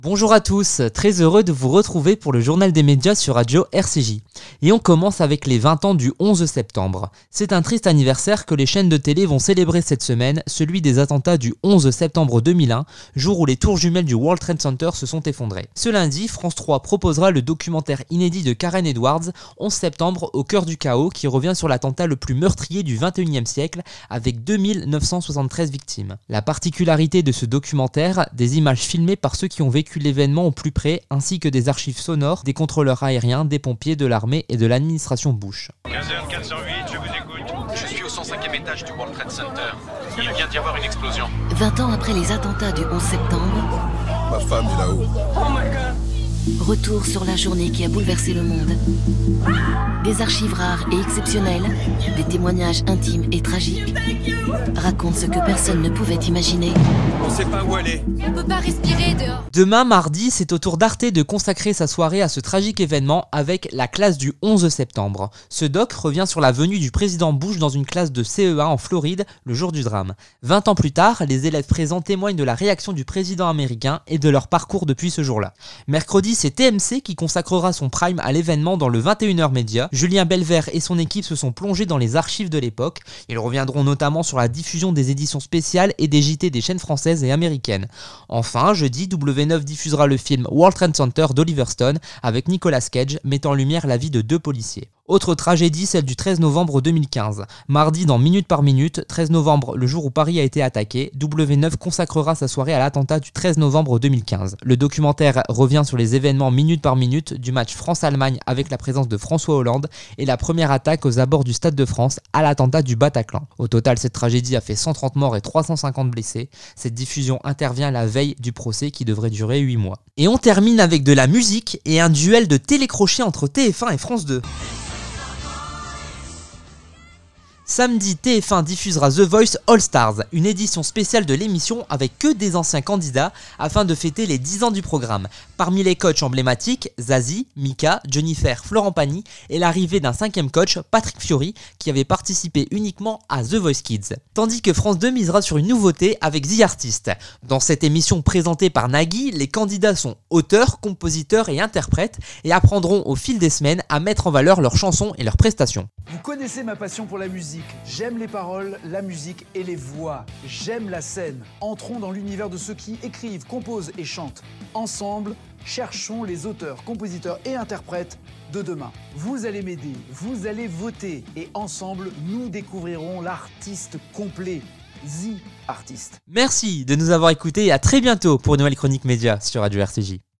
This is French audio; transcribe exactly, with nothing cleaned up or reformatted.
Bonjour à tous, très heureux de vous retrouver pour le journal des médias sur Radio R C J. Et on commence avec les vingt ans du onze septembre. C'est un triste anniversaire que les chaînes de télé vont célébrer cette semaine, celui des attentats du onze septembre deux mille un, jour où les tours jumelles du World Trade Center se sont effondrées. Ce lundi, France trois proposera le documentaire inédit de Karen Edwards, onze septembre au cœur du chaos, qui revient sur l'attentat le plus meurtrier du vingt et unième siècle, avec deux mille neuf cent soixante-treize victimes. La particularité de ce documentaire, des images filmées par ceux qui ont vécu l'événement au plus près, ainsi que des archives sonores des contrôleurs aériens, des pompiers, de l'armée et de l'administration Bush. quinze heures quatre cent huit, je vous écoute. Je suis au cent cinquième étage du World Trade Center. Il vient d'y avoir une explosion. vingt ans après les attentats du onze septembre, ma femme est là-haut. Oh my god! retour sur la journée qui a bouleversé le monde. Des archives rares et exceptionnelles, des témoignages intimes et tragiques, racontent ce que personne ne pouvait imaginer. On sait pas où elle est. On peut pas respirer dehors. Demain, mardi, c'est au tour d'Arte de consacrer sa soirée à ce tragique événement avec la classe du onze septembre. Ce doc revient sur la venue du président Bush dans une classe de C E un en Floride le jour du drame. vingt ans plus tard, les élèves présents témoignent de la réaction du président américain et de leur parcours depuis ce jour-là. Mercredi, c'est T M C qui consacrera son prime à l'événement dans le vingt et une heures Média. Julien Belvert et son équipe se sont plongés dans les archives de l'époque. Ils reviendront notamment sur la diffusion des éditions spéciales et des J T des chaînes françaises et américaines. Enfin, jeudi, W neuf diffusera le film World Trade Center d'Oliver Stone avec Nicolas Cage mettant en lumière la vie de deux policiers. Autre tragédie, celle du treize novembre deux mille quinze. Mardi dans Minute par Minute, treize novembre, le jour où Paris a été attaqué, W neuf consacrera sa soirée à l'attentat du treize novembre deux mille quinze. Le documentaire revient sur les événements minute par minute du match France-Allemagne avec la présence de François Hollande et la première attaque aux abords du Stade de France à l'attentat du Bataclan. Au total, cette tragédie a fait cent trente morts et trois cent cinquante blessés. Cette diffusion intervient la veille du procès qui devrait durer huit mois. Et on termine avec de la musique et un duel de télécrochet entre T F un et France deux. Samedi, T F un diffusera The Voice All Stars, une édition spéciale de l'émission avec que des anciens candidats afin de fêter les dix ans du programme. Parmi les coachs emblématiques, Zazie, Mika, Jennifer, Florent Pagny et l'arrivée d'un cinquième coach, Patrick Fiori, qui avait participé uniquement à The Voice Kids. Tandis que France deux misera sur une nouveauté avec The Artist. Dans cette émission présentée par Nagui, les candidats sont auteurs, compositeurs et interprètes et apprendront au fil des semaines à mettre en valeur leurs chansons et leurs prestations. Vous connaissez ma passion pour la musique. J'aime les paroles, la musique et les voix. J'aime la scène. Entrons dans l'univers de ceux qui écrivent, composent et chantent. Ensemble, cherchons les auteurs, compositeurs et interprètes de demain. Vous allez m'aider, vous allez voter et ensemble, nous découvrirons l'artiste complet, The Artist. Merci de nous avoir écoutés et à très bientôt pour une nouvelle chronique média sur Radio R C J.